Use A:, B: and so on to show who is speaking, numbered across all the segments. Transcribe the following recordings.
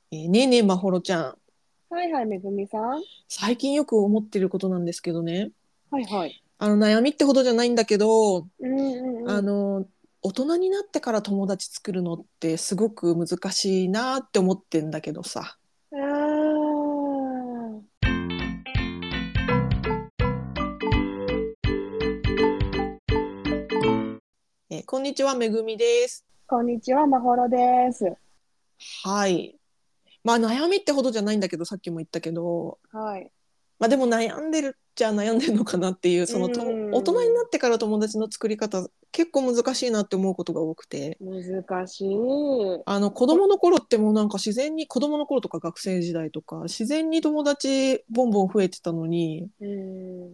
A: ねえねえ、まほろちゃん。
B: はいはい、めぐみさん。
A: 最近よく思ってることなんですけどね。
B: はいはい。
A: 悩みってほどじゃないんだけど、
B: うんうんうん。
A: あの、大人になってから友達作るのってすごく難しいなって思ってんだけどさ。
B: あー、
A: こんにちは、めぐみです。
B: こんにちは、まほろです。
A: はい。まあ悩みってほどじゃないんだけど、さっきも言ったけど、
B: はい。
A: まあでも悩んでるっちゃ悩んでるのかなっていう、
B: う
A: 大人にな
B: ん。
A: ってから友達の作り方、結構難しいなって思うことが多くて。
B: 難しい。
A: 子
B: こ、
A: 供の頃ってもうなんか自然に、子供の頃とか学生時代とか、自然に友達ボンボン増えてたのに、
B: うん。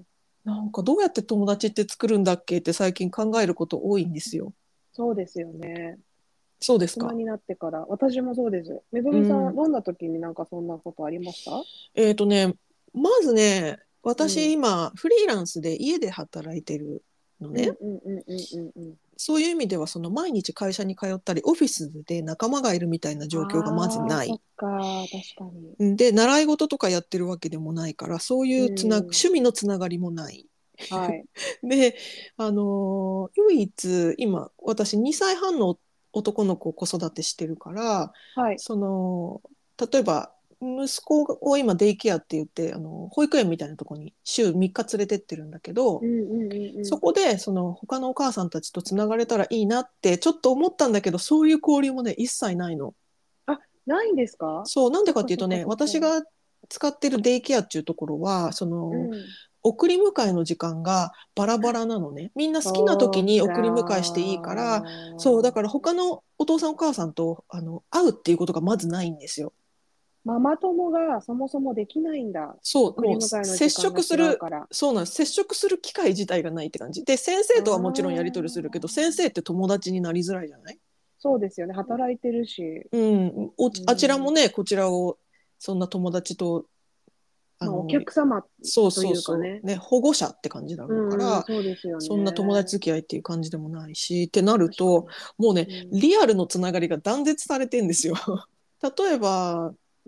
A: なんかどうやって友達って作るんだっけって最近考えること多いんですよ。
B: そうですよね。
A: そうですか。
B: 大人になってから。私もそうです。めぐみさん、
A: うん。
B: どんな時になんかそんなことありました？
A: まずね、
B: うん。
A: 私今フリーランスで家で働いてるのね。
B: うんうんうんうんうんうん。
A: そういう意味ではその毎日会社に通ったりオフィスで仲間がいるみたいな状況がまず
B: ああ、
A: ない。
B: そっか、確かに。
A: で、習い事とかやってるわけでもないから、そうい
B: う
A: う
B: ん。
A: 趣味のつながりもない。
B: はい。
A: で、唯一、今、私2歳半の男の子を子育てしてるから、
B: はい。
A: その、例えば、息子を今デイケアって言って、保育園みたいなところに週3日連れてってるんだけど、
B: うんうんうんうん。
A: そこで、他のお母さんたちとつながれたらいいなってちょっと思ったんだけど、そういう交流もね、一切ないの。
B: あ、ないんですか？
A: そう、なんで
B: そっかそっか
A: かっていうとね、
B: そっか。
A: 私が使ってるデイケアっていうところは、
B: うん。
A: 送り迎えの時間がバラバラなのね。みんな好きな時
B: そうか
A: に送り迎えしていいから、そう、だから他のお父さんお母さんと、会うっていうことがまずないんですよ。
B: ママ友がそもそもできないんだ。
A: そう、
B: 送り
A: もう
B: 迎えの
A: 接
B: 時間が
A: 触する、
B: 違うから。
A: そうなんです。接触する機会自体がないって感じ。で、先
B: あ
A: 生とはもちろんやり
B: あ、
A: 取りするけど、先生って友達になりづらいじゃない。
B: そうですよね。働いてるし。
A: うん、
B: う
A: あちらも
B: ん。
A: ね、こちらを、そんな友達と、あ
B: まあ、お
A: の、
B: 客様
A: そう
B: と
A: そうそ
B: いうかね。
A: う、ね、保護者って感じだろうか
B: うん、
A: ら、
B: そうですよ
A: そんな友達
B: ね。
A: 付き合いっていう感じでもないし、ってなると、
B: 確かに。
A: もうね、
B: うん。
A: リアルのつながりが断絶されてんですよ。例えば、
B: うん。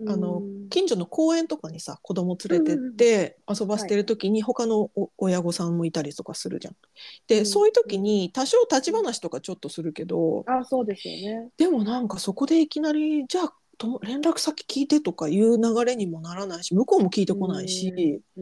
A: 近所の公園とかにさ、子供連れてっ
B: うんうんうん。
A: て遊ばせ
B: はい。
A: てる時に他の親御さんもいたりとかするじゃん。で、そ
B: うん。
A: ういう時
B: うん。
A: に多少立ち
B: うん。
A: 話とかちょっとするけど、
B: あ、そうですよね。
A: でもなんかそこでいきなり、じゃあ連絡先聞いてとかいう流れにもならないし、向こうも聞い
B: う
A: てこない
B: ん。
A: し、
B: うん。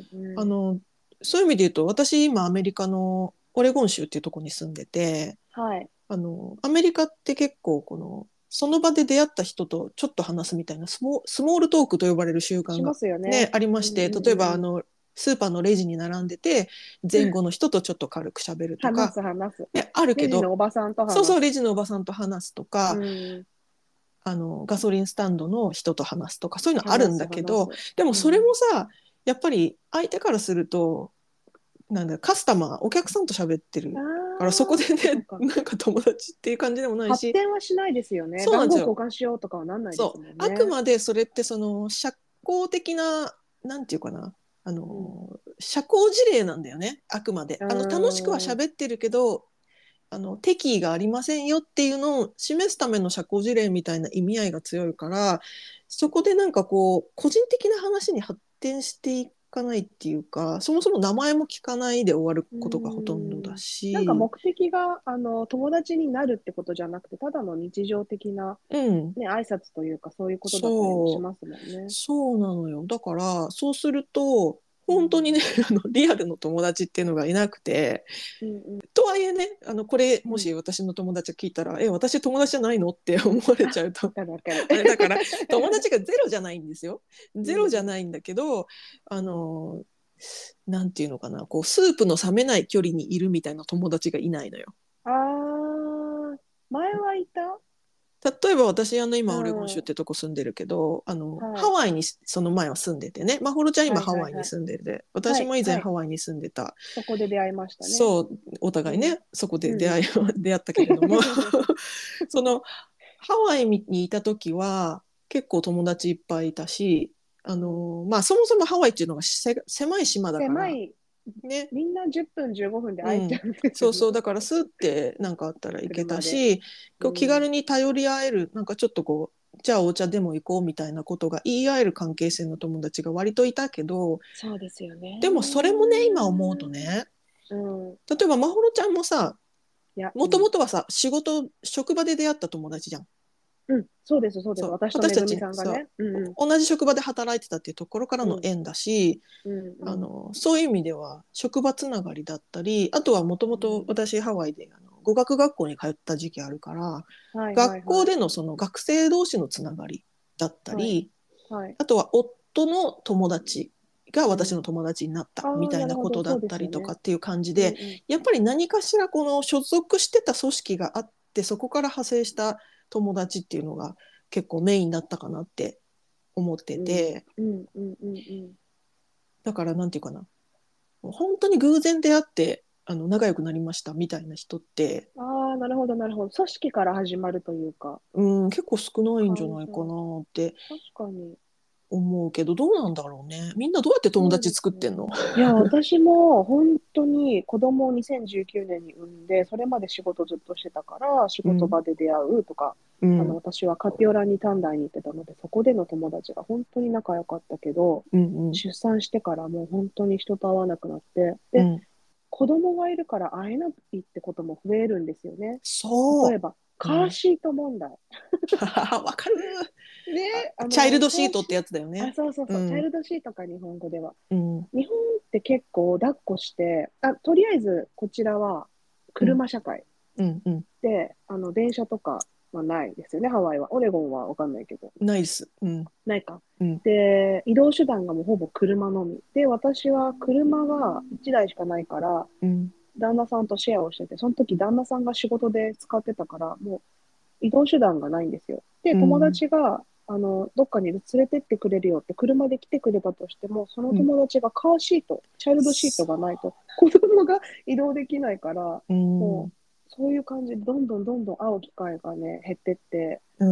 B: うん。
A: あの、そういう意味で言うと、私今アメリカのオレゴン州っていうところに住んでて、
B: はい。
A: アメリカって結構その場で出会った人とちょっと話すみたいなスモールトークと呼ばれる習慣が
B: しますよ
A: ね、
B: ね。
A: ありま
B: うんう
A: して、例えば
B: んうんうん。
A: スーパーのレジに並んでて、前後の人とちょっと軽く喋るとか、
B: 話す話す。
A: ね、あるけ
B: レジの
A: ど、
B: おばさんと
A: そうそう、
B: 話す。
A: レジのおばさんと話すと
B: う
A: か、
B: ん。
A: ガソリンスタンドの人と話すとか、そういうのあるん
B: 話す
A: だけど、
B: 話す。
A: でもそれ
B: うん。
A: もさ、やっぱり相手からすると、なんだ、カスタマー、お客さんと喋って
B: あ
A: るから、そこ
B: あ、
A: でね、
B: そっかそっか。
A: なんか友達っていう感じでもないし、
B: 発展はしないですよね。番号交
A: そうなんですよ。
B: 換しようとかはなんないです
A: そう。あく
B: もんね。
A: までそれって社交的な、なんていうかな、
B: うん。
A: 社交辞令なんだよね、あくまで。
B: う
A: 楽しくは
B: ーん。
A: 喋ってるけど、敵意がありませんよっていうのを示すための社交辞令みたいな意味合いが強いから、そこでなんかこう、個人的な話に発展していかないっていうか、そもそも名前も聞かないで終わる
B: う
A: ことがほとんど
B: ー
A: だ
B: ん。なんか
A: し、
B: 目的が、友達になるってことじゃなくて、ただの日常的な、
A: うん、
B: ね、挨拶というか、そういうことだったりもし
A: そう、
B: ますもんね。
A: そうなのよ。だから、そうすると、
B: うん。
A: 本当にね、リアルの友達っていうのがいなくて、
B: うんうん。
A: とはいえね、これ、も
B: うん。
A: し私の友達が聞いたら、私友達じゃないのって思われ
B: あ、
A: ちゃうと、
B: わかるわかる。
A: あれだから、友達がゼロじゃないんですよ。ゼロじゃ
B: うん
A: ないんだけど、あ
B: うん。
A: の、なんていうのかな、こう、スープの冷めない距離にいるみたいな友達がいないのよ。
B: あー、前はいた。
A: 例えば私、
B: う
A: 今、オレゴン州っ
B: ん。
A: てとこ住んでるけど、
B: はい。
A: ハワイにその前は住んでてね、まほろちゃん今
B: はい
A: ハワイに
B: はいはい。
A: 住んでて、私も以前
B: はいはい。
A: ハワイに住んでた。
B: そこで出会いましたね。
A: そう、お
B: うん。
A: 互いね、そこで
B: うんうん。
A: 出会ったけれども、その、ハワイにいた時は結構友達いっぱいいたし、
B: うん。
A: まあそもそもハワイっていうのが狭い島だから、
B: 狭い、
A: ね、
B: みんな10分15分で
A: うん。
B: 会えちゃうんですよね。
A: そうそう。だからスーってなんかあったら行けた
B: 車で。
A: し、
B: う
A: 気軽
B: ん。
A: に頼り合える、なんかちょっとこう、 じゃあお茶でも行こうみたいなことが言い合える関係性の友達が割といたけど、
B: そうですよね。
A: でもそれもね今思うとね、
B: うん。
A: 例えばまほろちゃんもさ、
B: いや、
A: もともとはさ職場で出会った友達じゃん。
B: そうです、そうです。
A: そう
B: 私とめぐみ
A: 私たち
B: さんがね。
A: 同じ職場で働いてたっていうところから
B: うん、
A: の縁だし、
B: うん、うん、
A: そういう意味では職場つながりだったり、あとはもともと私ハワイで語学学校に通った時期あるから、
B: はい、はい、
A: 学校
B: はい。
A: でのその学生同士のつながりだった
B: はい、
A: り、
B: はい。
A: あとは夫の友達が私の
B: うん。
A: 友達になった
B: ああ、
A: みたいな
B: なるほど、そう
A: ことだった
B: ですよね。
A: りとかっていう感じ
B: うん、
A: で、
B: う
A: やっぱり何かしらこの所属してた組織があって、そこから派生した友達っていうのが結構メインだったかなって思って
B: ん、うん、
A: て、
B: うん、うん、うん、うん。
A: だからなんていうかな、本当に偶然出会って仲良くなりましたみたいな人って、
B: ああ、なるほど、なるほど。組織から始まるというか、
A: 結構少ないんじゃないか
B: 感じは。
A: なって
B: 確かに。
A: 思うけど、どうなんだろうね。みんなどうやって友達
B: そうです
A: 作ってんの？
B: ね。いや、私も本当に子供を2019年に産んで、それまで仕事ずっとしてたから、仕
A: うん、
B: 事場で出会うとか、
A: うん、
B: 私はカピオラに短大に行ってたので、そこでの友達が本当に仲良かったけど、
A: うん、うん、
B: 出産してからもう本当に人と会わなくなって、で、
A: うん。
B: 子供がいるから会えないってことも増えるんですよね。例え
A: そ
B: ば、
A: う。うん。
B: カーシート問題。
A: わかる。あ、
B: ね、
A: チャイルド
B: カーシー
A: シートってやつだよ
B: ト、
A: ね。
B: そうそうそう、チャイ
A: うん、
B: ルドシートか、日本語では。
A: うん、
B: 日本って結構抱っこして、とりあえずこちらは
A: うん、
B: 車社会
A: うん、うん。
B: で、電車とかはないですよね、ハワイは。オレゴンはわかんないけど。
A: ナイス。うん、
B: ないか。
A: うん、
B: で、移動手段がもうほぼ車のみ。で、私は車が1台しかないから、
A: うん、
B: 旦那さんとシェアをしてて、その時旦那さんが仕事で使ってたから、もう移動手段がないんですよ。で、友
A: うん、
B: 達が、どっかに連れてってくれるよって車で来てくれたとしても、その
A: うん、
B: 友達がカーシート、チャイルドシートがないと、子供が移動できないから、
A: うん、
B: もう、そういう感じで、どんどんどんどん会う機会がね、減ってって、
A: うん。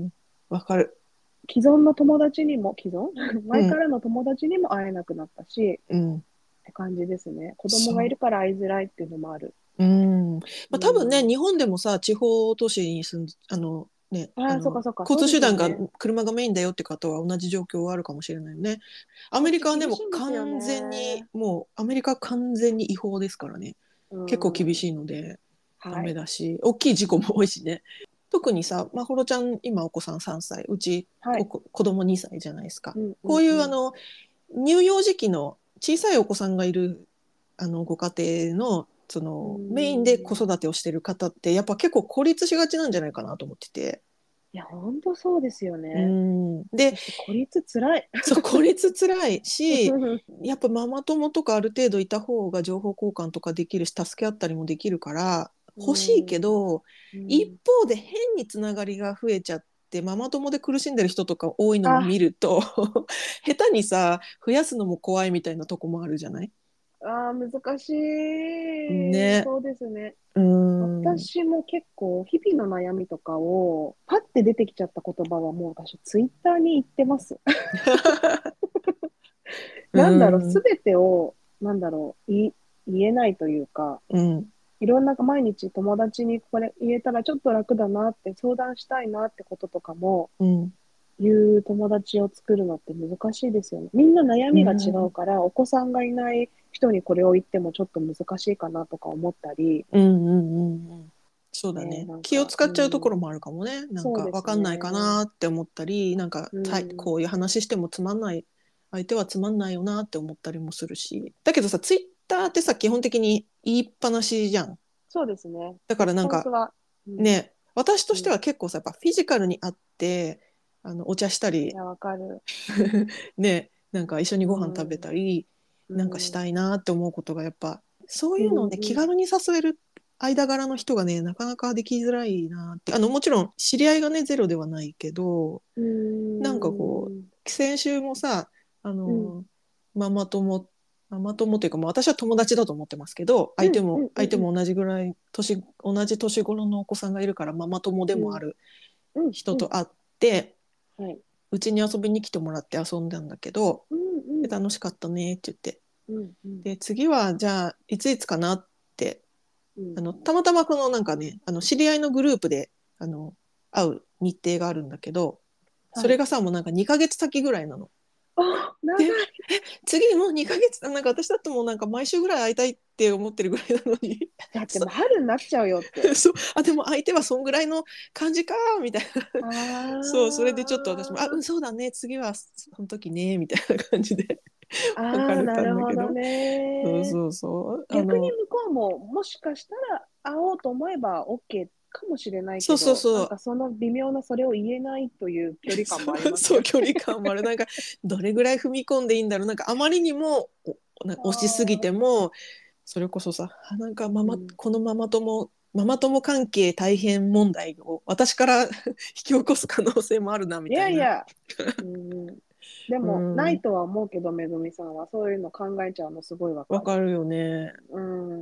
A: わかる。
B: 既存の友達にも、既存
A: うん、
B: 前からの友達にも会えなくなったし、
A: うん。
B: って感じですね。子供がいる
A: そ
B: から会いづらいっていうのもある。
A: う。うん。
B: う
A: まあ、多分ね、
B: ん。
A: 日本でもさ、地方都市に住ん、ね、
B: ああ、そっかそっか、そう
A: 交通手段が
B: ですよね。
A: 車がメインだよって方は同じ状況はあるかもしれないよね。ア
B: こっち
A: メリカはでも
B: 厳しいんですよ
A: 完全に、
B: ね。
A: もうアメリカは完全に違法ですからね。
B: う
A: 結構厳し
B: ん。
A: いので、ダ
B: はい。
A: メだし、大きい事故も多いしね。特にさ、まほろちゃん、今お子さん3歳、うち
B: はい。
A: 子供2歳じゃないですか。
B: うんう
A: こういう
B: んうん。
A: 乳幼児期の小さいお子さんがいるご家庭のそ
B: うー
A: のメインで子
B: ん。
A: 育てをしてる方ってやっぱ結構孤立しがちなんじゃないかなと思ってて。
B: いや、ほんとそうですよ
A: う
B: ね。
A: ん。で、
B: 私、孤立つらい。
A: そう、孤立つらいし、やっぱママ友とかある程度いた方が情報交換とかできるし、助け合ったりもできるから
B: う
A: 欲しいけ
B: ん。
A: ど、一
B: うん。
A: 方で変につながりが増えちゃって、ママ友で苦しんでる人とか多いのも
B: あ、
A: 見ると下手にさ、増やすのも怖いみたいなとこもあるじゃない？
B: 難しい。
A: ね。
B: そうですね。
A: うん。
B: 私も結構、日々の悩みとかを、パッて出てきちゃった言葉はもう私、ツイッターに言ってます。
A: う
B: なんだろう、す
A: ん。
B: べてを、言えないというか、
A: うん。
B: いろんな毎日友達にこれ言えたらちょっと楽だなって相談したいなってこととかも
A: うん。
B: 言う友達を作るのって難しいですよね。みんな悩
A: う
B: みが違う
A: ん。
B: から、お子さんがいない人にこれを言ってもちょっと難しいかなとか思ったり、
A: うん。うん。うん。そうだ
B: ね、
A: ね。気を使っちゃうところもあるかもね。なんか、わ
B: そうです
A: かんないか
B: ね。
A: なって思ったり、なんか、
B: うん、
A: こういう話してもつまんない、相手はつまんないよなって思ったりもするし。だけどさ、ツイッターってさ、基本的に言いっぱなしじゃん。
B: そうですね。
A: だか
B: レス
A: らなんか、
B: ポンスは、うん、
A: ね、私と
B: うん。
A: しては結構さ、やっぱフィジカルに会って、お茶したり、
B: いや、わかる。
A: ね、なんか一緒に
B: う
A: ご飯食べ
B: ん、
A: たり、
B: う
A: なんかし
B: ん、
A: たいなって思うことがやっぱ、そう
B: うん、
A: いうのをね、気
B: うん、
A: 軽に誘える間柄の人がね、なかなかできづらいなって。もちろん知り合いがね、ゼロではないけど、
B: う
A: なんかこ
B: ん、
A: う、先週もさ、あ
B: うん、
A: の、ママ友、ママ友というか、まあ、私は友達だと思ってますけど、
B: うん、うん、うん、
A: 相手も同じぐらい、同じ年頃のお子さんがいるから、ママ友で
B: うん、
A: もある
B: うん、うん、
A: 人と会って、
B: はい。
A: うちに遊びに来てもらって遊んだんだけど、
B: うん、うん、
A: で楽しかったねって言って。
B: うん、うん、
A: で、次はじゃあ、いついつかなって、
B: うん、
A: たまたまこのなんかね、知り合いのグループで、会う日程があるんだけど、そ
B: はい。
A: れがさ、もうなんか2ヶ月先ぐらいなの。
B: あ、長
A: で、
B: い。
A: 次もう2ヶ月、なんか私だってもうなんか毎週ぐらい会いたいって思ってるぐらいなのに、
B: だってもう春になっちゃうよっ
A: そ
B: て。
A: そう、あ、でも相手はそんぐらいの感じか、みたいな。
B: あ
A: そう、それでちょっと私も、あ、うん、そうだね、次はその時ね、みたいな感じで
B: あ、ああ、
A: 別れたん
B: なるほど
A: だけど、そう
B: ね。
A: そうそう。
B: 逆に向こうももしかしたら会おうと思えば OK かもしれない
A: そうそう
B: けど、な
A: そう。
B: んかその微妙なそれを言えないという距離感もあります
A: そう、
B: よね。
A: 距離感もあれ、なんか、どれぐらい踏み込んでいいんだろう。なんか、あまりにも、
B: あ
A: 押しすぎて
B: あ、
A: も、それこそさ、なんか
B: うん。
A: このママ友関係大変問題を私から引き起こす可能性もあるな、み
B: い
A: たいな。
B: やいや、うん。で
A: う
B: も、ない
A: ん、
B: とは思うけど、めぐみさんは、そういうの考えちゃうのすごいわかる。
A: わかるよね。
B: うん。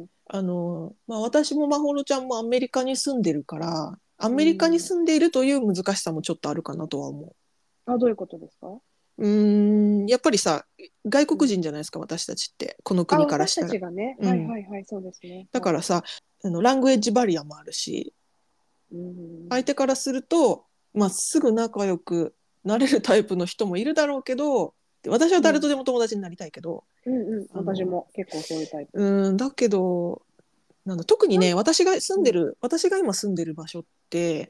A: まあ、私もまほろちゃんもアメリカに住んでるから、ア
B: う
A: メリカに
B: ん。
A: 住んでいるという難しさもちょっとあるかなとは思
B: あ、どういうことですか？
A: う。やっぱりさ、外
B: うん。
A: 国人じゃないですか、私たちって、この
B: あ、
A: 国から
B: 私た
A: したら。
B: ちがね。はい
A: うん。
B: はいはい、そうですね。はい。
A: だからさ、ラングエッジバリアもあるし、
B: うん。
A: 相手からすると、まあ、すぐ仲良くなれるタイプの人もいるだろうけど、私は
B: うん。
A: 誰とでも友達になりたいけど、
B: うんうん。私
A: あの、
B: も結構そういうタイプ。
A: だけど、特にね、
B: うん。
A: 私が今住んでる場所って、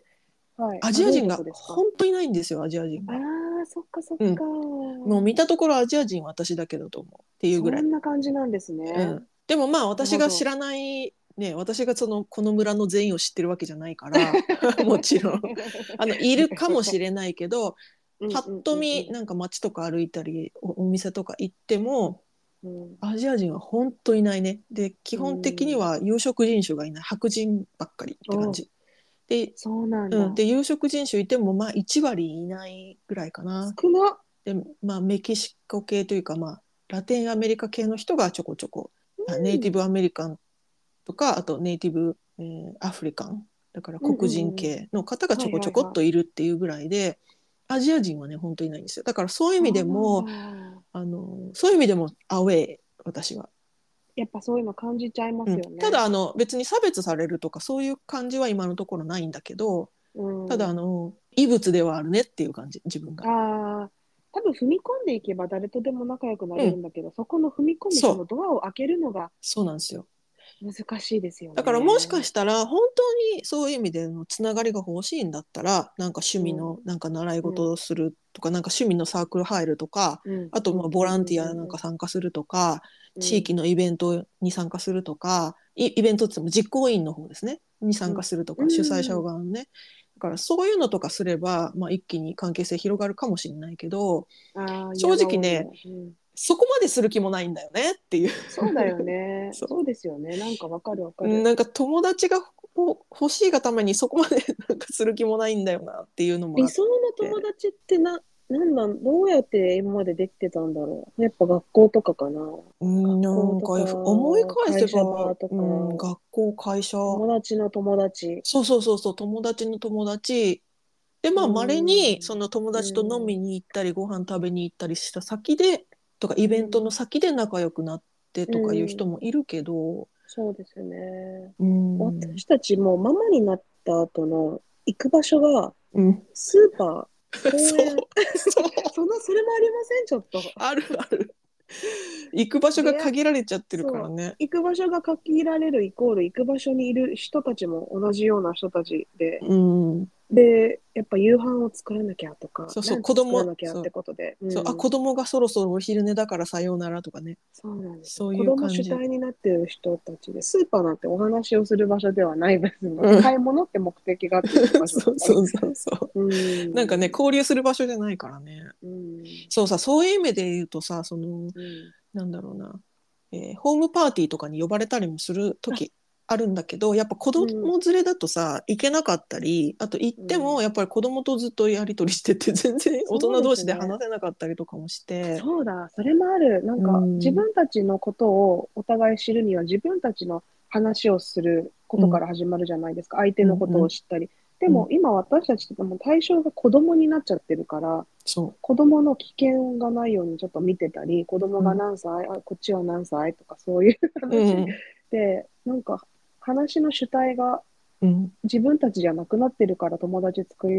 B: はい。あ、どういう
A: アジア人が
B: とこですか？
A: 本当にいないんですよ、アジア人
B: あ
A: が。
B: あ、そっかそっ
A: うん。
B: か。
A: もう見たところアジア人は私だけだと思うっていうぐらい。
B: そんな感じなんですね。
A: うん。でもまあ
B: なるほど。
A: 私が知らない、ね、私がこの村の全員を知ってるわけじゃないから、もちろん、いるかもしれないけど、パッ
B: うんうん
A: と見、
B: うんうん。
A: なんか街とか歩いたり、お店とか行っても、
B: うん。
A: アジア人は本当いないね。で、基
B: う
A: 本的に
B: ん。
A: は有色人種がいない。白人ばっかりって感
B: お、
A: じ。で、
B: そうなんだ。
A: で、有色人種いても、まあ1割いないぐらいかな。
B: 少な。
A: で、まあメキシコ系というか、まあ、ラテンアメリカ系の人がちょこちょこ、ネイティブアメリカンとか、あとネイティブ、アフリカン、だから
B: うんう
A: 黒人
B: んうんうん。
A: 系の方がち
B: は
A: ょこちょ
B: いはいはい。
A: こっといるっていうぐらいで、アジア人はね、本当にいないんですよ。だからそういう意味で
B: そうなんだ。
A: も、そういう意味でもアウェー、私は。
B: やっぱそういうの感じちゃいま
A: うん、ただ
B: すよね。
A: 別に差別されるとかそういう感じは今のところないんだけど、
B: う
A: ただ
B: ん。
A: 異物ではあるねっていう感じ、自分が。
B: ああ、多分踏み込んでいけば誰とでも仲良くな
A: うん、
B: れるんだけど、そこの踏み込むその
A: そう、
B: ドアを開けるのが
A: そうなんですよ。
B: 難しいですよ
A: だからもしか
B: ね。
A: したら本当にそういう意味でのつながりが欲しいんだったら、なんか趣
B: うん、
A: 味のなんか習い
B: うん、
A: 事をするとか、なんか趣味のサークル入るとか、
B: うん、
A: あと
B: うん、
A: まあボ
B: うん、
A: ランティアなんか
B: うん、
A: 参加するとか、
B: うん、
A: 地域のイベントに参加するとか、イベントって言っても実行委員の方ですね、に参加
B: うん、
A: すると
B: う
A: か、主催者
B: ん。
A: 側のね。だからそういうのとかすれば、まあ、一気に関係性広がるかもしれないけど、
B: ああ、
A: 正
B: 嫌が
A: 直ね、
B: おうの。うん。
A: そこまでする気もないんだよねっていう。
B: そうだよね。
A: そ
B: そうですよね。なんかわかるわか
A: う。
B: る。
A: なんか友達が欲しいがためにそこまでなんかする気もないんだよなっていうのもあっ
B: 理想の友
A: て。
B: 達ってどうやって今までできてたんだろう。やっぱ学校とかかな。学
A: なんか
B: 校とか、
A: 思い返せ
B: 会社
A: ば、
B: 場とか、
A: 学校、会社、
B: 友達の友達。
A: そうそうそうそう、友達の友達。で、
B: う
A: まあ、稀に、そ
B: ーん。
A: の友
B: う
A: 達と飲み
B: ーん。
A: に行ったり、ご飯食べに行ったりした先で、とか、
B: う
A: イベントの
B: ん。
A: 先で仲良くなって
B: う
A: とかいう人
B: ん。
A: もいるけど、
B: そうですね。
A: うん、
B: 私たちもママになった後の行く場所が
A: うん、
B: スーパー、公
A: そう、
B: 園、
A: そう、
B: それもありません、ちょっと。
A: あるある。行く場所が
B: 出会、
A: 限られちゃってるか
B: そう、
A: らね。
B: 行く場所が限られるイコール行く場所にいる人たちも同じような人たちで、
A: うん、
B: で、やっぱ夕飯を作らなきゃとか、
A: そうそう、
B: ランチ作らなきゃってことで、う
A: そう、あ、
B: ん、
A: 子供がそろそろお昼寝だからさようならとかね。
B: そうなんですよ。
A: そういう
B: 子供
A: 感じ。
B: 主体になっている人たちで、スーパーなんてお話をする場所ではないですので、
A: うん。
B: 買い物って目的があって行く場所だから。
A: そうそうそうそう。
B: う
A: なんかね、
B: ん、
A: 交流する場所じゃないからね。
B: うん、
A: そうさ、そういう意味で言うとさ、
B: うん。
A: なんだろうな、ホームパーティーとかに呼ばれたりもする
B: あ、
A: 時あるんだけど、やっぱ子供
B: うん、
A: 連れだとさ、行けなかったり、あと行っても
B: うん。
A: やっぱり子供とずっとやり取りしてて、全然大
B: そう
A: 人同
B: ですね。
A: 士で話せなかったりとかもして、
B: そうだ、それもある。なん
A: う
B: か、自
A: ん、
B: 分たちのことをお互い知るには、自分たちの話をするこ
A: うん、
B: とから始まるじゃないですか。相手
A: うん、
B: のこと
A: うん、
B: を知ったり。でも、
A: うん、
B: 今私たちってもう対象が子供になっちゃってるから、
A: そ
B: 子供の危険がないようにちょっと見てたり、子供
A: う、う
B: が
A: ん、
B: 何歳、あ、こっちは何歳とかそういう
A: う
B: 話
A: ん、
B: で、なんか話の主体が
A: うん、
B: 自分たちじゃなくなってるから友達作り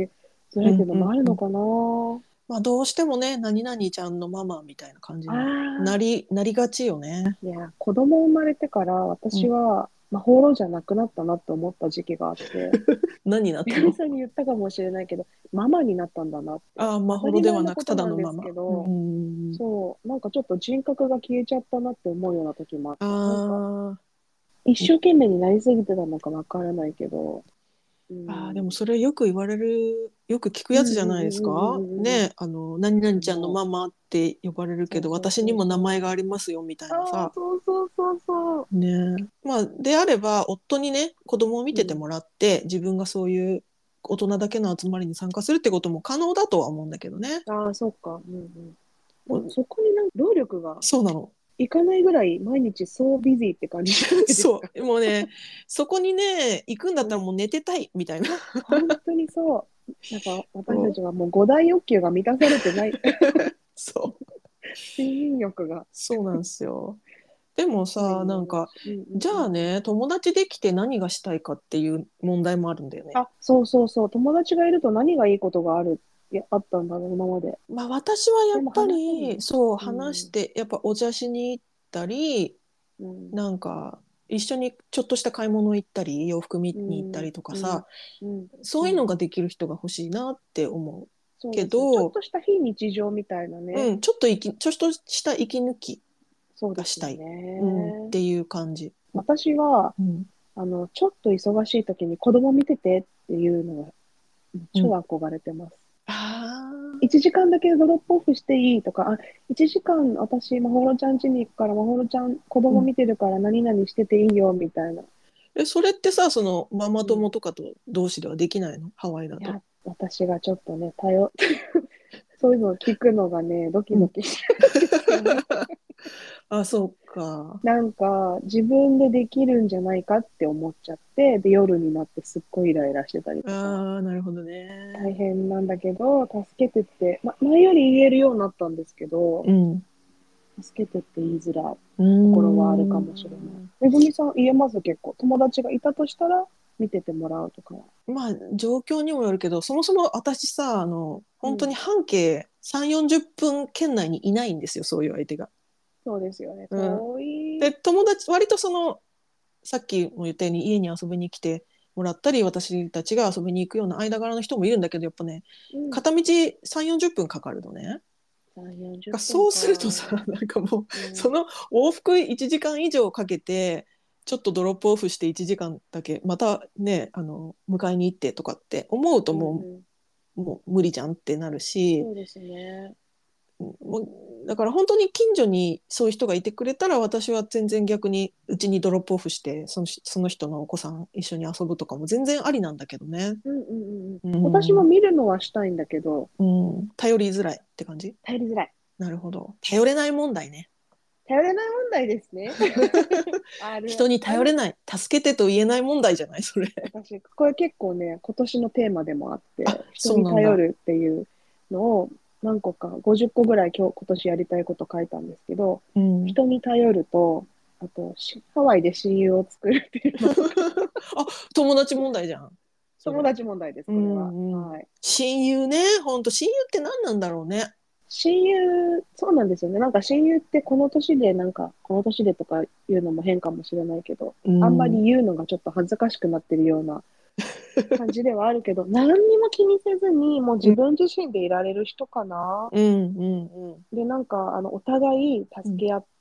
B: ずれてるのもあるのかな。
A: まあどうしてもね、何々ちゃんのママみたいな感じ
B: あ
A: に
B: あ、
A: なりがちよね。
B: いや、子供生まれてから
A: うん。
B: 私は、まあ、放浪じゃなくなったなって思った時期があって、
A: 何になったの？
B: みなさんに言ったかもしれないけど、ママになったんだなって。
A: ああ、ま
B: 当たり
A: ほろでは
B: 前のこと
A: なくただ
B: なんです
A: のママ。う
B: けど、
A: ん。
B: そう、なんかちょっと人格が消えちゃったなって思うような時もあっ
A: あ
B: た。なんか、
A: ー
B: 一生懸命になりすぎてたのかわからないけど、う
A: でも
B: ん、
A: それよく言われる、よく聞く
B: うんうん
A: やつじゃないですか。
B: うんうんうんうん。
A: ね、何々ちゃんの
B: もう、
A: ママって呼ばれるけど、
B: そうそう
A: 私にも名前
B: そうそう。
A: がありますよみたいな
B: ああ、
A: さ。
B: そうそうそうそう。
A: ね。まあ、であれば、夫にね、子供を見
B: うん。
A: ててもらって、自分がそういう大人だけの集まりに参加するってことも可能だとは思うんだけどね。
B: ああ、そっか。うんうん。でも、そこになんか労力が
A: そうなの。
B: いかないぐらい毎日そうビジーって感じじゃないですか。
A: そう。もうね、そこにね、行くんだったら
B: うん。
A: もう寝てたいみたいな。
B: いや、本当にそう。なんか私た
A: そう。
B: ちはもう五大欲求が満たされてない。
A: そう。
B: 睡眠欲が。
A: そうなんですよ。でもさ、
B: ないよ
A: なんか、
B: う。うんうん
A: じゃ
B: うんうん。
A: あね、友達できて何がしたいかっていう問題もあるんだよね。
B: あ、そうそうそう。友達がいると何がいいことがある、いや、あったんだろう、今まで。
A: まあ私はや
B: でも
A: っぱ
B: 話せる
A: り、そう
B: うん。
A: 話して、やっぱお茶しに行ったり、
B: うん。
A: なんか一緒にちょっとした買い物行ったり、洋服見
B: うん。
A: に行ったりとか
B: うん。
A: さ、
B: うん。
A: そういうの
B: うん。
A: ができる人が欲しいなって思うけ
B: そうですね。ちょっ
A: ど、
B: とした非日常みたいなね。
A: うん、ちょっとした息抜き
B: そうですよ
A: がしたい、うん、っ
B: ね。
A: ていう感じ。
B: 私は、
A: うん、
B: ちょっと忙しい時に子供見ててっていうのが
A: うん。
B: 超憧れてます。
A: あ
B: 1時間だけドロップオフしていいとか、あ、1時間私、まほろちゃん家に行くから、まほろちゃん子
A: うん。
B: 供見てるから何々してていいよ、みたいな。
A: それってさ、そのママ
B: うん。
A: 友とかと同士ではできないの？ハワイだと。
B: いや、私がちょっとね、そういうのを聞くのがね、ドキ
A: うん。
B: ドキしちゃうんですよね。
A: あ、そうか。
B: なんか、自分でできるんじゃないかって思っちゃって、で、夜になってすっごいイライラしてたりとか、
A: ああ、なるほどね。
B: 大変なんだけど、助けてって、前より言えるようになったんですけど、
A: うん。
B: 助けてって言いづらい
A: うー
B: ところはあるかもしれない。
A: ん。
B: めぐみさん言えます結構。友達がいたとしたら、見ててもらうとかは。
A: まあ、状況にもよるけど、そもそも私さ、本当に
B: うん。
A: 半径3、40分圏内にいないんですよ、そういう相手が。
B: そうですよね。
A: うん。
B: 遠い。
A: で、友達、割とさっきも言ったように家に遊びに来てもらったり、私たちが遊びに行くような間柄の人もいるんだけど、やっぱね、
B: うん。
A: 片道3、40分かかるのね。
B: 3、40分
A: そう
B: か。
A: するとさ、なんかもう、
B: うん。
A: その往復1時間以上かけて、ちょっとドロップオフして1時間だけ、またね、迎えに行ってとかって思うと
B: うんうん。
A: もう無理じゃんってなるし、
B: そうですね。
A: もだから本当に近所にそういう人がいてくれたら、私は全然逆にうちにドロップオフして、その人のお子さん一緒に遊ぶとかも全然ありなんだけどね。
B: うんうんうんうん。
A: う
B: 私も
A: ん、
B: 見るのはしたいんだけど、
A: うん、頼りづらいって感じ。
B: 頼りづらい。
A: なるほど。頼れない問題ね。
B: 頼れない問題ですね。ある
A: 人に
B: ある。
A: 頼れない、助けてと言えない問題じゃないそれ？
B: 私、これ結構ね、今年のテーマでもあっ
A: あ、
B: て、人
A: そうなんだ。
B: に頼るっていうのを何個か、50個ぐらい今年やりたいこと書いたんですけど、
A: うん。
B: 人に頼ると、あと、ハワイで親友を作るっていうのとか、
A: あ、友達問題じゃん。それ。
B: 友達問題です、
A: う
B: これは。
A: んうん。
B: はい。
A: 親友ね。本当親友って何なんだろうね。
B: 親友、そうなんですよね。なんか親友ってこの年で、なんか、この年でとか言うのも変かもしれないけど、
A: う
B: あんま
A: ん。
B: り言うのがちょっと恥ずかしくなってるような感じではあるけど、何にも気にせずに、もう自
A: うん
B: 分自身でいられる人かな。
A: うんうんうん
B: で、なんか、お互い助
A: うん
B: け合って、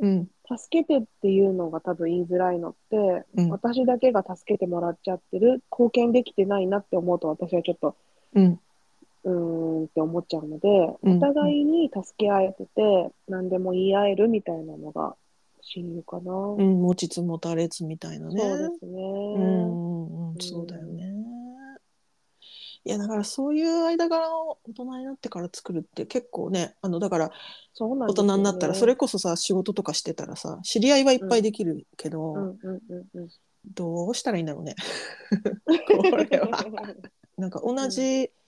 A: うん
B: 助けてっていうのが多分言いづらいのって、
A: うん
B: 私だけが助けてもらっちゃってる、貢献できてないなって思うと私はちょっと、
A: うん
B: って思っちゃうので、お
A: うんうん
B: 互いに助け合えてて、何でも言い合えるみたいなのが親友かな。
A: うん、持ちつ持たれつみたいなね。
B: そうです
A: うん
B: ね。
A: うんうん、
B: う
A: そうだよ
B: ん。
A: ね。いやだからそういう間柄を大人になってから作るって結構ね、だから大
B: そうなんです
A: 人になったらそ
B: よね。
A: れこそさ、仕事とかしてたらさ、知り合いはいっ
B: うん。
A: ぱいできるけど、
B: うん、うん、うん、うん。
A: どうしたらいいんだろうね。これは。なんか
B: うん。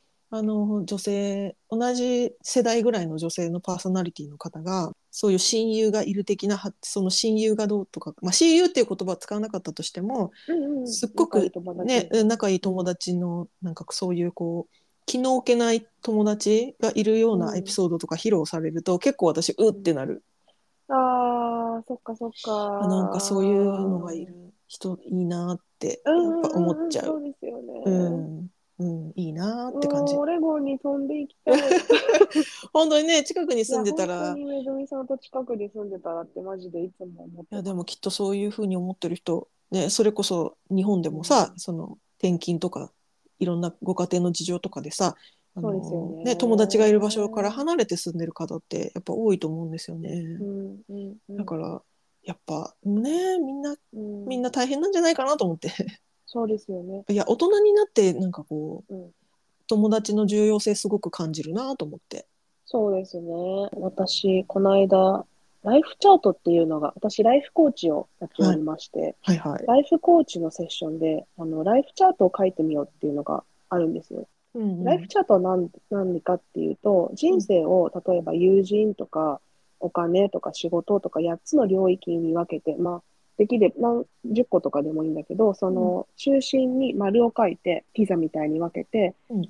A: 同じ世代ぐらいの女性のパーソナリティの方が、そういう親友がいる的な、その親友がどうとか、まあ、親友っていう言葉は使わなかったとしても、
B: うんうん。
A: すっごく
B: 仲いい友達
A: ね、
B: ですね。
A: 仲いい友
B: うん。
A: 達の、なんかそういうこう、 気の置けない友達がいるようなエピ
B: うん。
A: ソードとか披露されると結構私うっ
B: うん。
A: てなる。
B: ああ、そっかそっ
A: あ、なんか
B: か。
A: そういうのがいる人いいなって
B: うん
A: やっぱ思っ
B: うんうんうん、
A: ちゃう。
B: そうですよ
A: う
B: ね。
A: ん、うん、いいなって感じ。
B: もうオレゴンに飛んでいきたい。
A: 本当にね、近くに
B: いや、
A: 住んでた
B: 本当
A: ら、
B: にめぐみさんと近くに住んでたらってマジでいつも思っ
A: いやで
B: てます。
A: もきっとそういうふうに思ってる人、ね、それこそ日本でもさ、
B: うん、
A: その転勤とかいろんなご家庭の事情とかでさ、
B: そうですよ
A: ね、友達がいる場所から
B: ね。
A: 離れて住んでる方ってやっぱ多いと思うんですよね。
B: うんうんうん
A: だからやっぱね、
B: うん、
A: みんな大変なんじゃないかなと思って。
B: そうですよね。
A: いや大人になってなんかこう
B: うん、
A: 友達の重要性すごく感じるなと思って。
B: そうですね。私、この間、ライフチャートっていうのが、私、ライフコーチをやっており
A: はい
B: まして、
A: はいはい。
B: ライフコーチのセッションで、ライフチャートを書いてみようっていうのがあるんですよ。
A: うんうん
B: ライフチャートは何かっていうと、人
A: うん
B: 生を例えば友人とかお金とか仕事とか8つの領域に分けて、まあ、できれば何十個とかでもいいんだけど、そ
A: うん
B: の中心に丸を書いて、ピザみたいに分けて、
A: うん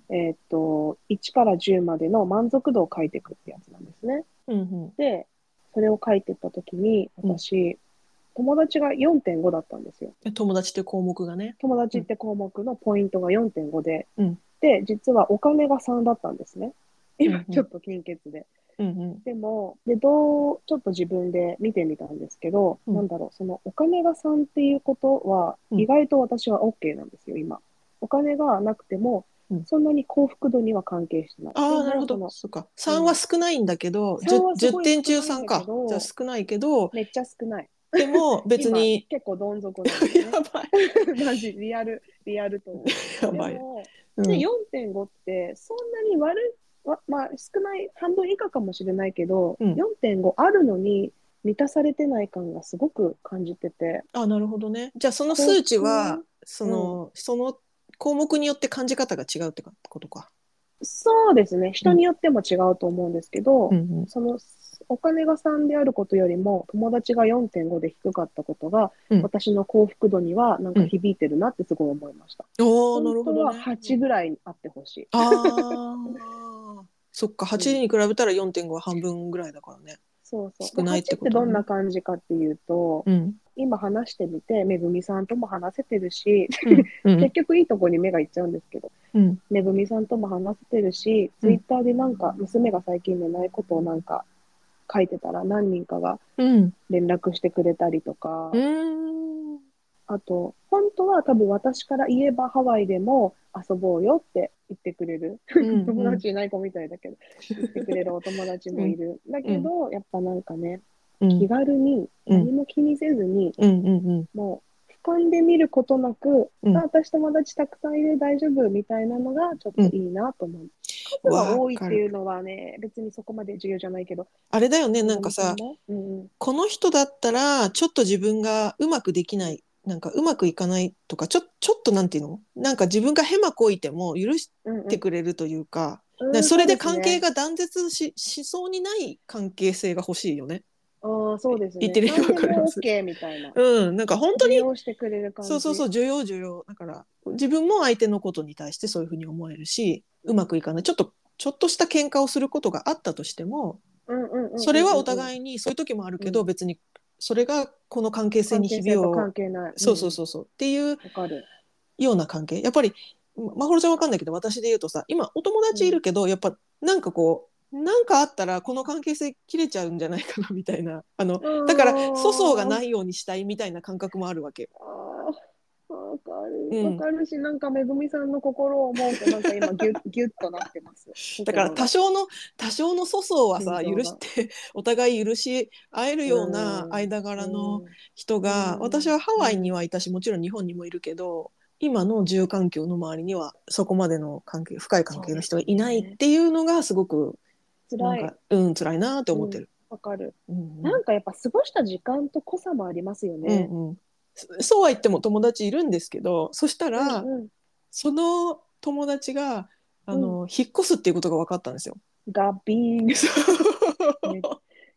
B: 1から10までの満足度を書いていくってやつなんですね。
A: うん
B: で、それを書いていったときに、
A: うん。
B: 私、友達が4.5だったんですよ。
A: 友達っていう項目がね。
B: 友達っ
A: うん
B: て項目のポイントが4.5で、
A: うん
B: で、実はお金が3だったんですね。今
A: うんうん
B: ちょっと金欠で。
A: うん
B: でも、ちょっと自分で見てみたんですけど、
A: うん
B: そのお金が3っていうことは、
A: うん。
B: 意外と私は OK なんですよ、今。お金がなくても、
A: うん。
B: そんなに幸福度には関係してない。で
A: ああ、なる
B: も、
A: ほど。そっか。3は
B: うん、
A: 少ないんだけど、
B: 3はす
A: 10
B: ごい
A: 点中
B: 少ないん
A: 3
B: だけ
A: か。じゃあ
B: ど、
A: 少ないけど、
B: めっちゃ少ない。
A: でも別
B: 今、
A: に、
B: 結構どん底なんですよね。
A: やばい。
B: マジ、リアルトーク。
A: やばい。
B: でも、で、
A: うん。
B: 4.5ってそんなにまあ、少ない、半分以下かもしれないけど、
A: うん。
B: 4.5あるのに満たされてない感がすごく感じてて、
A: あ、なるほどね。じゃあその
B: 幸
A: 数値は、
B: 福、うん、
A: その項目によって感じ方が違うってことか。
B: そうですね。
A: うん。
B: 人によっても違うと思うんですけど、
A: うんうん。
B: そのお金が3であることよりも友達が4.5で低かったことが
A: うん。
B: 私の幸福度にはなん
A: うん。
B: か響いてるなってすごい思いました。
A: おー、な
B: 本当は
A: るほどね。う
B: 8
A: ん。
B: ぐらいあってほしい。
A: ああ、そっか。8
B: うん、
A: に比べたら4.5は半分ぐらいだからね。
B: そうそう。で、
A: 少ないって
B: 8って
A: ことだね。
B: どんな感じかっていうと、
A: うん。
B: 今話してみて、めぐみさんとも話せてるし、
A: うん。う
B: 結
A: ん。
B: 局いいとこに目がいっちゃうんですけど、
A: うん。
B: めぐみさんとも話せてるし、
A: うん。
B: ツイッターでなんか娘が最近寝ないことをなんか書いてたら何人かが
A: うん。
B: 連絡してくれたりと
A: う
B: か、
A: ーん。
B: あと、本当は多分私から言えばハワイでも遊ぼうよって言ってくれる。
A: うん。
B: 友
A: うん。
B: 達いない子みたいだけど、言ってくれるお友達
A: うん。
B: もいる。だ
A: うん。
B: けど、やっぱなんかね、気
A: うん。
B: 軽に
A: うん。
B: 何も気にせずに、
A: うん。うん。
B: もう俯瞰で見ることなく、あ、
A: うん。
B: 私友達たくさんいる、大丈夫みたいなのがちょっ
A: うん。
B: といいなと思う。数が
A: わかる。
B: 多いっていうのはね、別にそこまで重要じゃないけど、
A: あれだよね。
B: めぐみさん
A: なんかさ、
B: も、うんうん、
A: この人だったら、ちょっと自分がうまくできない、なんかうまくいかないとか、ちょっとなんていうのなんか自分がヘマこいても許して
B: うん
A: くれるというか、それ
B: そう
A: で関係
B: ですね。
A: が断絶しそうにない関係性が欲しいよね。
B: そうですね。
A: 言ってる意味わ
B: 何でも
A: かります。
B: OK みたいな。
A: うん、なんか本当に、
B: 受容してくれる感じ。
A: そうそうそう、重要。だから、自分も相手のことに対してそういうふうに思えるし、うまくいかない。ちょっとした喧嘩をすることがあったとしても、
B: うんうんうん
A: それはお
B: うんうん
A: 互いにそういう時もある
B: うん。
A: けど、別にそれがこの関係性にひ
B: 関係性と
A: びを、
B: 関係ない。うんうん。
A: そうっていう
B: わかる。
A: ような関係。やっぱり、まほろちゃんわかんないけど、私で言うとさ、今お友
B: うん。
A: 達いるけど、やっぱなんかこう、なんかあったらこの関係性切れちゃうんじゃないかなみたいな。
B: う
A: だから粗相が
B: ーん。
A: ないようにしたいみたいな感覚もあるわけ。
B: わかる。わ
A: うん。
B: かるし、なんかめぐみさんの心を思うと、なんか今ギュッとなってます。
A: だから
B: 心が、
A: 多少の粗相はさ、許
B: 心臓が。
A: してお互い許し合える
B: う
A: ような
B: ーん。
A: 間
B: う
A: 柄の
B: ん。
A: 人
B: う
A: が、私
B: ん。
A: はハワイに
B: うん。
A: はいたし、もちろん日本にもいるけど、今の住環境の周りにはそこまでの深い関係の人が
B: そうですよ
A: いないっ
B: ね。
A: ていうのがすごくなん
B: 辛い。
A: か、うん、辛いなって
B: うん。
A: 思ってる。
B: わかる。
A: うんうん。
B: なんかやっぱ過ごした時間と濃さもありますよね。
A: うんうん。そうは言っても友達いるんですけど、そしたら、
B: うんうん。
A: その友達が、
B: うん。
A: 引っ越すっていうことが分かったんですよ。
B: ガビーン。
A: そ
B: め、
A: う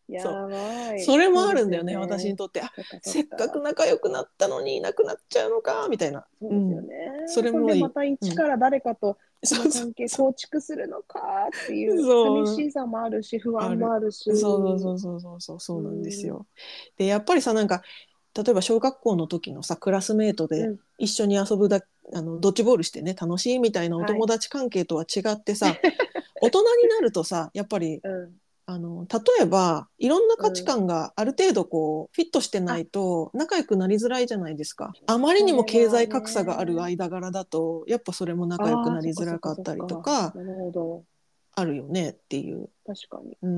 A: そう
B: やばい。
A: それも
B: そうですよ
A: あるんだよね、私に
B: ね。
A: とって。あ、
B: そっかそっ
A: せっかく
B: か。
A: 仲良くなったのにいなくなっちゃうのかみたいな。
B: そうですよ
A: うん。そ
B: ね。ほん
A: れもいい。
B: でまた
A: うん。
B: 一から誰かとこ
A: そうそう
B: の関係
A: そう。
B: 構築するのかっていう寂
A: そう。
B: しさもあるし、不安も
A: ある。
B: あるし。
A: そうそう
B: う
A: なんです
B: ん。
A: よ。で、やっぱりさ、なんか、例えば小学校の時のさ、クラスメートで
B: うん。
A: 一緒に遊ぶだ、ドッジボールしてね、楽しいみたいなお
B: はい。
A: 友達関係とは違ってさ、大人になるとさ、やっぱり、
B: うん。
A: 例えば、いろんな
B: う
A: 価値
B: ん。
A: 観がある程度こう、フィットしてな
B: あ、
A: いと仲良くなりづらいじゃないですか。あまりにも
B: それは
A: 経済格差がある
B: ね。
A: 間柄だと、やっぱそれも仲良く
B: ああ、
A: なりづ
B: そっかそっか
A: らかったりと
B: そっか。
A: か、
B: なるほど。
A: あるよねっていう。
B: 確かに。
A: うん。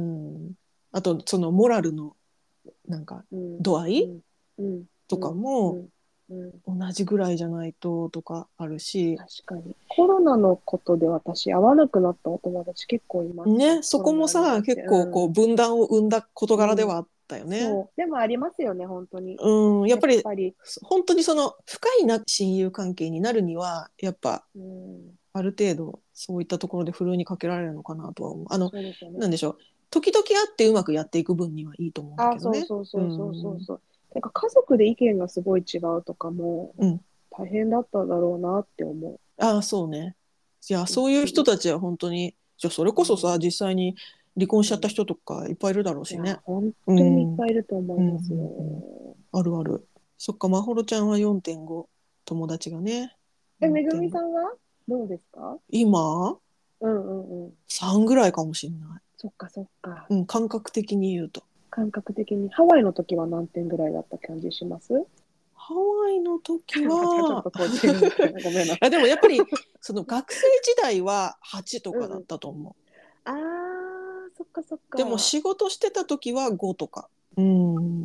A: あと、そのモラルの、なんか、
B: うん。
A: 度合い
B: うん。うん。う
A: とか
B: ん。う
A: も、
B: ん。うん。
A: 同じぐらいじゃないととかあるし、
B: 確かに。コロナのことで私、会わなくなったお友達結構いますね。
A: ね、そ
B: コロ
A: こもさ、
B: ナになって。
A: 結構こう
B: うん。
A: 分断を生んだ事柄で
B: うん。
A: はあったよね。
B: そう。でもありますよね、本当に。
A: うん、やっ
B: やっ
A: ぱり
B: ぱり。
A: 本当にその深いな親友関係になるには、やっぱ
B: うん。
A: ある程度そういったところでふるいにかけられるのかなとは思う。
B: そうですよね。
A: なんでしょう。時々会ってうまくやっていく分にはいいと思うんだ
B: あ、そう
A: けどね。う
B: そうそうそうそう
A: ん、
B: そう。なんか家族で意見がすごい違うとかも
A: うん。
B: 大変だっただろうなって思
A: ああ、そうね。いや、
B: う。うん
A: そういう
B: うん。
A: 人たちは本当に、じゃあそれこそさ、
B: うん。
A: 実際に離婚しちゃった
B: うん。
A: 人とかいっぱいいるだろう
B: いや、
A: しね。
B: 本
A: うん、
B: 当にいっぱいいると思
A: うん、
B: いますよ。
A: うん。あるある。そっか、まほろちゃんは4.5、友達がね、
B: え、めぐみさ
A: 4.5。
B: んはどうですか？
A: 今、
B: うんうんうん。
A: 3ぐらいかもしんない。
B: そっかそっか。
A: うん、感覚的に言うと。
B: 感覚的に。ハワイの時は何点ぐらいだった感じします？
A: ハワイの時
B: またちょっ
A: は、
B: とコーチングみたいな。ごめんなさ
A: でもやっぱり、その学生時代は8と
B: い。う
A: かだっ
B: んうん。
A: たと思う。
B: あー、そっかそっ
A: でも
B: か。
A: 仕事してた時は5とか。うん。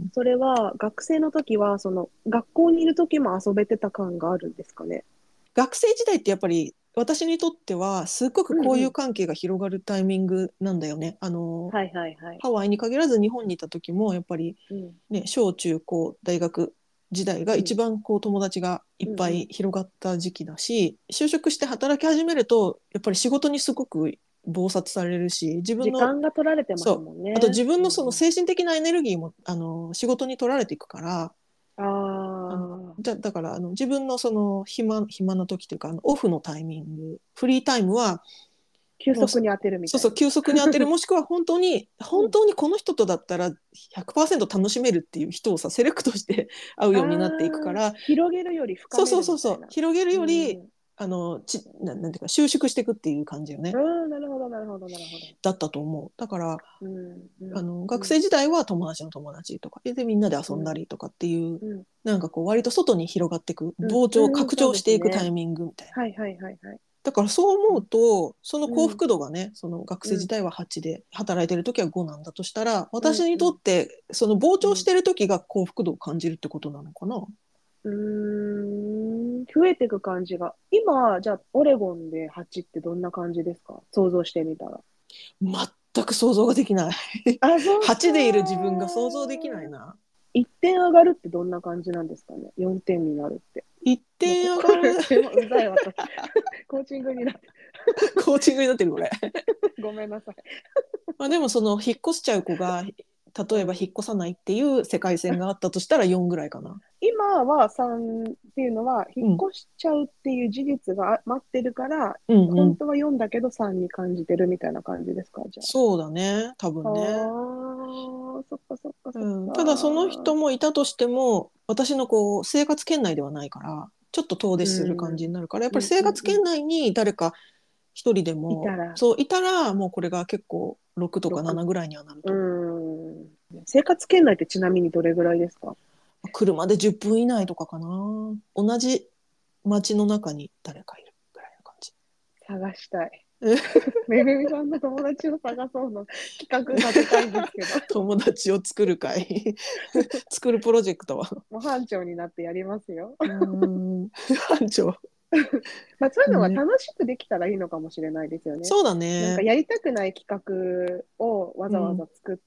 B: それは学生の時は、その学校にいる時も遊べてた感があるんですかね。
A: 学生時代ってやっぱり私にとってはすっごく交友
B: うんうん。
A: 関係が広がるタイミングなんだよね。
B: はいはいはい。
A: ハワイに限らず日本にいた時もやっぱり
B: うん。
A: ね、小中高大学時代が
B: うん。
A: 一番こう友達がいっぱい
B: うんうん。
A: 広がった時期だし、就職して働き始めるとやっぱり仕事にすごく忙殺されるし、自分の
B: 時間が取られてます
A: そう
B: もんね。
A: あと自分のその
B: うんうん。
A: 精神的なエネルギーも仕事に取られていくから、
B: ああ、
A: だから自分のその暇な時というかオフのタイミング、フリータイムはもう
B: 休息に当てるみたいな。
A: そうそう休息に当てる、もしくは本当に
B: うん。
A: 本当にこの人とだったら100%楽しめるっていう人をさセレクトして会う
B: あ
A: ようになっていくか
B: あ、
A: ら、
B: 広げるより深めるみたいな。
A: 広げるより
B: うん。
A: なんていうか収縮していくっていう感じよね。
B: うん、なるほど、なるほど、なるほど。
A: だったと思う。だから
B: うん、うん、うん、
A: 学生時代は友達の友達とかでみんなで遊んだ
B: うん、
A: りとかっていう、
B: うん、
A: なんかこう割と外に広がっていく、
B: うん、うん、
A: 拡
B: そうで
A: 張していくタ
B: すね。
A: イミングみたいな。
B: はい、はい、はい、はい。
A: だからそう思うと、その
B: うん、
A: 幸福度がね、その学
B: うん、
A: 生時代は8で、働いてる時は5なんだとしたら、
B: うん、
A: 私に
B: うん、
A: とって、その膨
B: うん。
A: 張してる時が幸福度を感じるってことなのかな。
B: うーん、増えていく感じが。今、じゃあ、オレゴンで8ってどんな感じですか？想像してみたら。
A: 全く想像ができない。
B: あ、そっか
A: 8でいる自分が想像できない
B: ー。
A: な。
B: 1点上がるってどんな感じなんですかね？ 4 点になるって。
A: 1
B: もう
A: 点上がる。
B: これ、うざい私。コーチングになって。
A: コーチングになってるこれ。
B: ごめんなさい。
A: まあでもその引っ越しちゃう子が、例えば引っ
B: うん。
A: 越さないっていう世界線があったとしたら4ぐらいかな。
B: 今は3っていうのは、引
A: うん。
B: っ越しちゃうっていう事実が待ってるから、
A: うんうん。
B: 本当は4だけど3に感じてるみたいな感じですか、じゃ
A: そうだね。多
B: あ。あ
A: 分ね。
B: あ、そっかそっかそっ
A: うん、ただその人
B: か。
A: もいたとしても私のこう生活圏内ではないからちょっと遠出
B: う
A: する感
B: ん。
A: じになるからやっ
B: うん、
A: ぱり生
B: うん、うん。
A: 活圏内に誰か一人でも
B: いたら、
A: そういたらもうこれが結構6とか
B: 6。
A: 7ぐらいにはなる
B: う
A: と思
B: ん。生活圏内ってちなみにどれぐらいですか？
A: う。車で10分以内とかかな。同じ街の中に誰かいるぐらいの感じ。
B: 探したい。めぐみさんの友達を探そうの企画立てたいんですけど、
A: 友達を作る会作るプロジェクトは
B: もう班長になってやりますよ。
A: 班長
B: まあ、そういうのが
A: ね。
B: 楽しくできたらいいのかもしれないですよね。
A: そうだ
B: なんか
A: ね。
B: やりたくない企画をわざわざ
A: うん
B: 作って、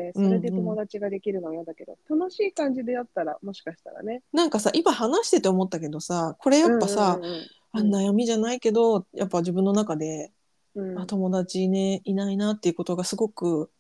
A: う
B: それで
A: んうん。
B: 友達ができるのは嫌だけど、楽しい感じでやったら、もしかしたらね。
A: なんかさ、今話してて思ったけどさ、これや
B: うん
A: っぱさ、
B: うんうんうん。
A: 悩みじゃないけど、やっぱ自分の中で、
B: うん。うん。
A: 友達ね、いないなっていうことがすごく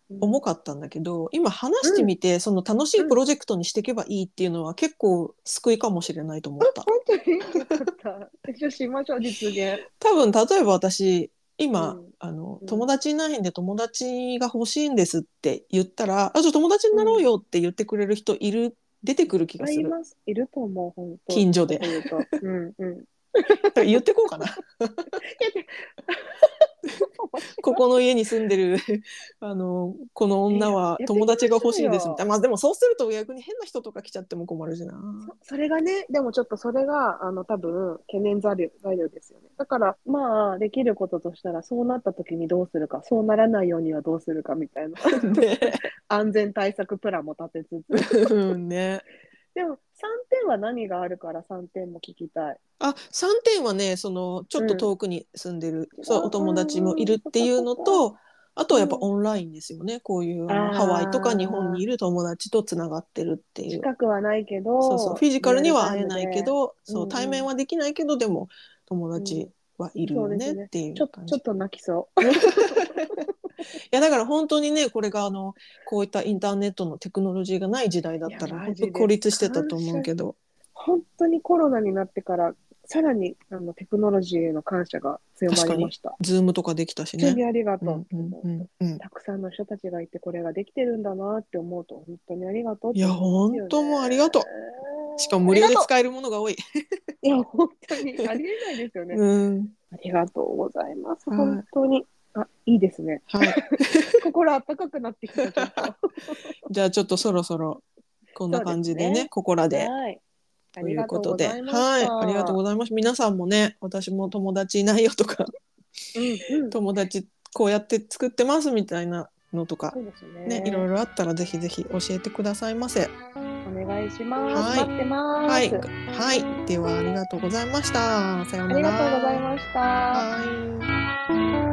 A: 重かったんだけど、今話して
B: うん。
A: みて、その楽しい
B: うん。
A: プロジェクトにしていけばいいっていうのは結構救いかもしれないと思
B: あ、
A: った。
B: 本当によかった。じゃあしましょう、実現。
A: 多分、例えば私、今、
B: うん。
A: 友
B: うん。
A: 達いないんで友達が欲しいんですって言ったら、あ、じゃあ友達に
B: うん。
A: なろうよって言ってくれる人出て
B: いっ
A: くる気が
B: ぱい
A: する。
B: います。いると思う、本当。そんなこ
A: 近所で。
B: と言うと。うんうん。
A: 言ってこうかな。
B: いや、面
A: こ
B: 白
A: この家に住んでるこの
B: い。いや、
A: 女は
B: やってい
A: 友達が欲
B: きましょう
A: しいですみたいな。
B: よ。
A: まあでもそうすると逆に変な人とか来ちゃっても困るしな。
B: それがね、でもちょっとそれが、多分、懸念材料ですよね。だから、まあ、できることとしたら、そうなった時にどうするか、そうならないようにはどうするかみたいな、
A: ね。
B: 安全対策プランも立てつつ。
A: うんね。
B: でも、3点は何があるから3点も聞きたい。
A: あ、3点はね、ちょっと
B: うん。
A: 遠くに住んでる、そう、お
B: 違う、
A: 友達もいるっ
B: そっ
A: ていう
B: かそっか。
A: のと、あとはやっぱ
B: うん。
A: オンラインですよね。こういうハワイとか日本にい
B: あ
A: る友達とつながってるっていう。
B: 近くはないけ
A: そうそう、フ
B: ど、
A: ィジカルに
B: リアルタイ
A: は会えないけ
B: ムで。
A: ど、そう、
B: うんうん。
A: 対面はできないけど、でも友
B: うん。
A: 達はいるよねっ
B: そうですね。
A: ていう感じ。
B: ちょっと泣きそう。
A: いや、だから本当にね、これがこういったインターネットのテクノロジーがない時代だ
B: いや、
A: ったら、
B: マ
A: 本当
B: ジで
A: 孤立してたと思う
B: 感謝
A: けど。
B: 本当にコロナになってから、さらにテクノロジーへの感謝が強ま
A: 確かに、
B: りました。
A: ズームとかできたしね。
B: 普通にありがとう
A: うんうん
B: と思うと。
A: うんうん。
B: たくさんの人たちがいてこれができてるんだなって思うと、本当にありがとうっ
A: いや、
B: て思いますよね。
A: 本当もうありがとう。しかも無
B: ありがと
A: 料で使えるものが多い。
B: ういや、本当にありえないですよね。
A: うん。
B: ありがとうございます。本
A: はい。
B: 当に。あ、いいですね。
A: はい。
B: 心温かくなってきた、ちょっと。
A: じゃあちょっとそろそろこんな
B: そうで
A: 感じでね、
B: すね。
A: ここらで。
B: はい。あ
A: という
B: りがとう
A: ことで。
B: ございまし
A: はい。ありがとう
B: た。
A: ございます。皆さんもね、私も友達いないよとか、
B: うんうん。
A: 友達こうやって作ってますみたいなのとか、
B: そうです
A: ね、いろい
B: ね。
A: ろあったらぜひぜひ教えてくださいませ。
B: お願いします。
A: はい。
B: 待ってま
A: はい。
B: す。
A: はい。ではありがとうございました。さよう
B: あ
A: なら。
B: りがとうございました。
A: はい。